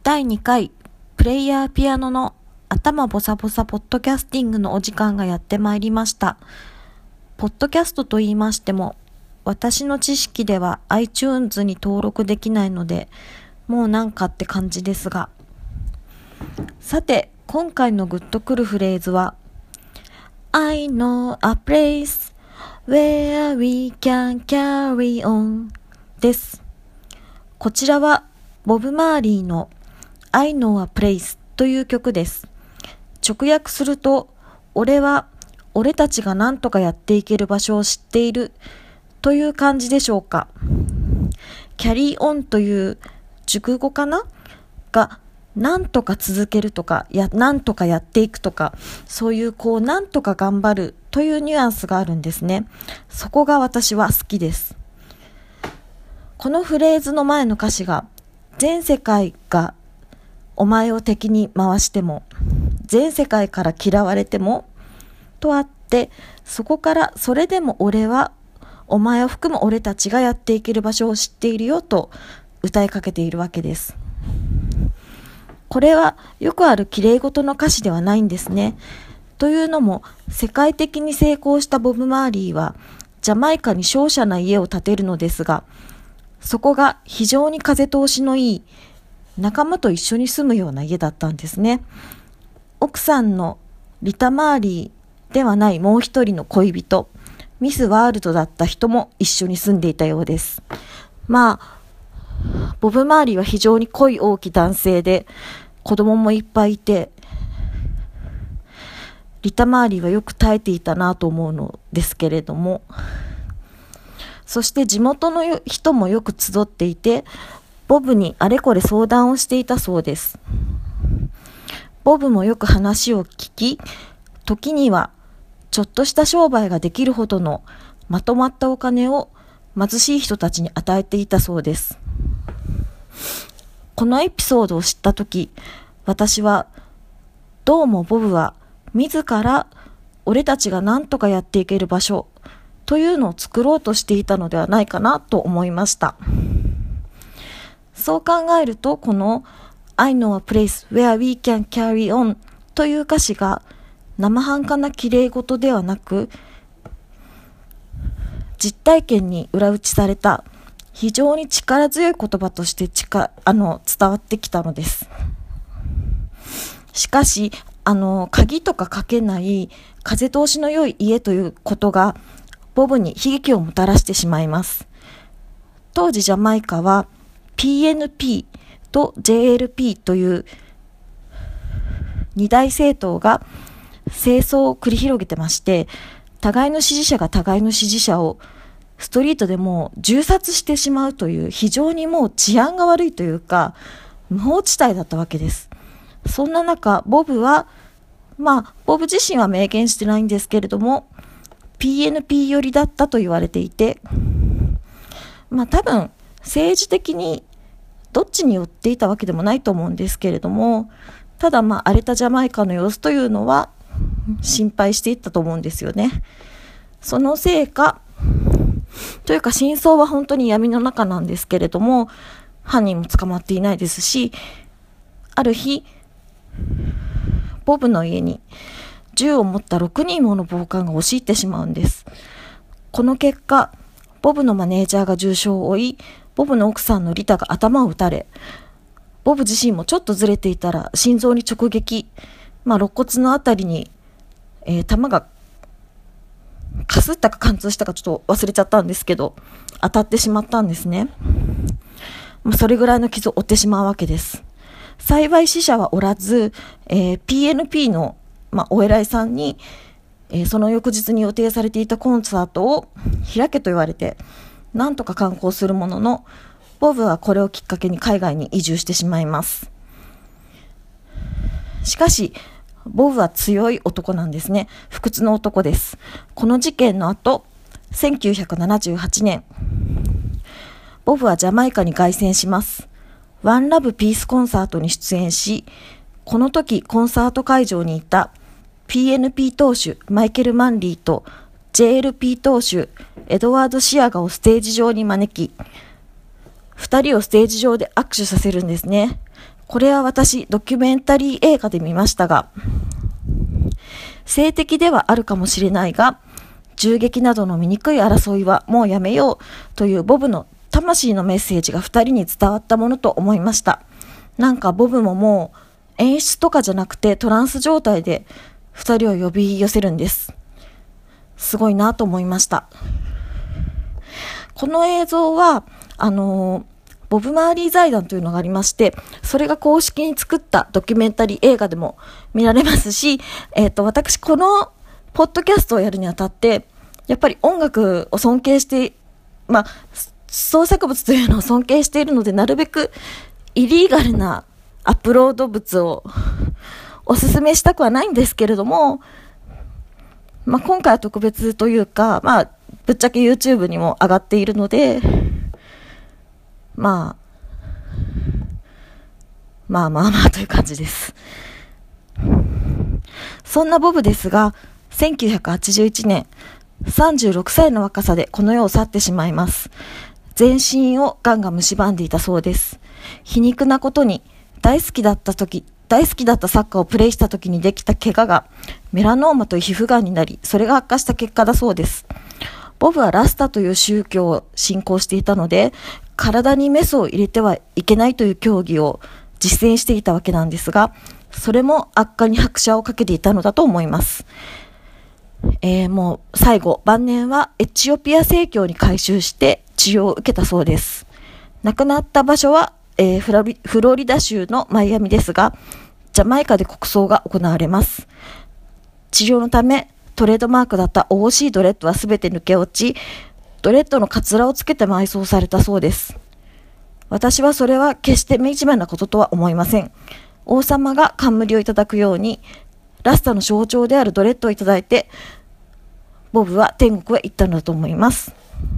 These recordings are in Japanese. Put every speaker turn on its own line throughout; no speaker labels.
第2回プレイヤーピアノの頭ボサボサポッドキャスティングのお時間がやってまいりました。ポッドキャストと言いましても、私の知識では iTunes に登録できないので、もうなんかって感じですが。さて、今回のグッとくるフレーズは、I know a place where we can carry on です。こちらはボブ・マーリーのI know a place という曲です。直訳すると、俺たちが何とかやっていける場所を知っているという感じでしょうか。carry on という熟語かなが、何とか続けるとか、何とかやっていくとか、そういう何とか頑張るというニュアンスがあるんですね。そこが私は好きです。このフレーズの前の歌詞が、全世界がお前を敵に回しても、全世界から嫌われても、とあって、そこからそれでも俺は、お前を含む俺たちがやっていける場所を知っているよと歌いかけているわけです。これはよくある綺麗事の歌詞ではないんですね。というのも、世界的に成功したボブ・マーリーは、ジャマイカに瀟洒な家を建てるのですが、そこが非常に風通しのいい仲間と一緒に住むような家だったんですね。奥さんのリタ・マーリーではないもう一人の恋人、ミス・ワールドだった人も一緒に住んでいたようです。ボブ・マーリーは非常に恋多き男性で、子供もいっぱいいて、リタ・マーリーはよく耐えていたなと思うのですけれども、そして地元の人もよく集っていて、ボブにあれこれ相談をしていたそうです。ボブもよく話を聞き、時にはちょっとした商売ができるほどのまとまったお金を貧しい人たちに与えていたそうです。このエピソードを知ったとき、私はどうもボブは自ら俺たちが何とかやっていける場所というのを作ろうとしていたのではないかなと思いました。そう考えると、この I know a place where we can carry on という歌詞が生半可な綺麗事ではなく、実体験に裏打ちされた非常に力強い言葉として伝わってきたのです。しかし、鍵とかかけない風通しの良い家ということがボブに悲劇をもたらしてしまいます。当時ジャマイカは PNP と JLP という二大政党が戦争を繰り広げてまして、互いの支持者が互いの支持者をストリートでもう銃殺してしまうという、非常にもう治安が悪いというか無法地帯だったわけです。そんな中、ボブ自身は明言してないんですけれども、PNP 寄りだったと言われていて、多分政治的にどっちに寄っていたわけでもないと思うんですけれども、ただ荒れたジャマイカの様子というのは心配していったと思うんですよね。そのせいかというか、真相は本当に闇の中なんですけれども、犯人も捕まっていないですし、ある日ボブの家に銃を持った6人もの暴漢が押し入ってしまうんです。この結果、ボブのマネージャーが重傷を負い、ボブの奥さんのリタが頭を撃たれ、ボブ自身もちょっとずれていたら心臓に直撃、肋骨のあたりに、弾がかすったか貫通したかちょっと忘れちゃったんですけど、当たってしまったんですね。それぐらいの傷を負ってしまうわけです。幸い死者はおらず、PNP のお偉いさんに、その翌日に予定されていたコンサートを開けと言われて、なんとか観光するものの、ボブはこれをきっかけに海外に移住してしまいます。しかし、ボブは強い男なんですね。不屈の男です。この事件の後、1978年、ボブはジャマイカに凱旋します。ワンラブピースコンサートに出演し、この時コンサート会場にいた PNP 党首マイケル・マンリーと JLP 党首エドワード・シアガをステージ上に招き、2人をステージ上で握手させるんですね。 これは私、ドキュメンタリー映画で見ましたが、性的ではあるかもしれないが、銃撃などの醜い争いはもうやめようというボブの魂のメッセージが二人に伝わったものと思いました。なんかボブももう演出とかじゃなくてトランス状態で二人を呼び寄せるんです。すごいなと思いました。この映像は、ボブ・マーリー財団というのがありまして、それが公式に作ったドキュメンタリー映画でも見られますし、私このポッドキャストをやるにあたって、やっぱり音楽を尊敬して、創作物というのを尊敬しているので、なるべくイリーガルなアップロード物をおすすめしたくはないんですけれども、今回は特別というか、ぶっちゃけ YouTube にも上がっているので、まあという感じです。そんなボブですが、1981年、36歳の若さでこの世を去ってしまいます。全身を癌が蝕んでいたそうです。皮肉なことに、大好きだったサッカーをプレイした時にできた怪我がメラノーマという皮膚癌になり、それが悪化した結果だそうです。ボブはラスタという宗教を信仰していたので、体にメスを入れてはいけないという教義を実践していたわけなんですが、それも悪化に拍車をかけていたのだと思います。もう最後、晩年はエチオピア正教に改宗して治療を受けたそうです。亡くなった場所は、フロリダ州のマイアミですが、ジャマイカで国葬が行われます。治療のため、トレードマークだったおしいドレッドはすべて抜け落ち、ドレッドのカツラをつけて埋葬されたそうです。私はそれは決して惨めなこととは思いません。王様が冠をいただくように、ラスタの象徴であるドレッドをいただいて、ボブは天国へ行ったのだと思います。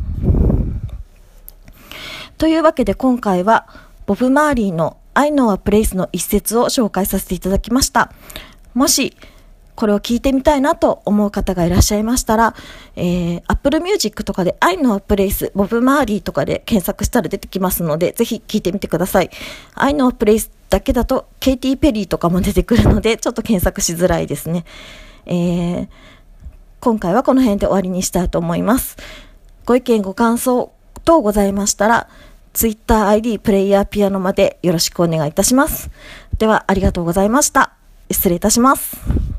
というわけで今回は、ボブ・マーリーの I Know a Place の一節を紹介させていただきました。もし、これを聞いてみたいなと思う方がいらっしゃいましたら、Apple Music とかで I Know a Place ボブ・マーリーとかで検索したら出てきますので、ぜひ聞いてみてください。I Know a Place だけだとケイティ・ペリーとかも出てくるので、ちょっと検索しづらいですね。今回はこの辺で終わりにしたいと思います。ご意見ご感想等ございましたら、Twitter ID プレイヤーピアノまでよろしくお願いいたします。ではありがとうございました。失礼いたします。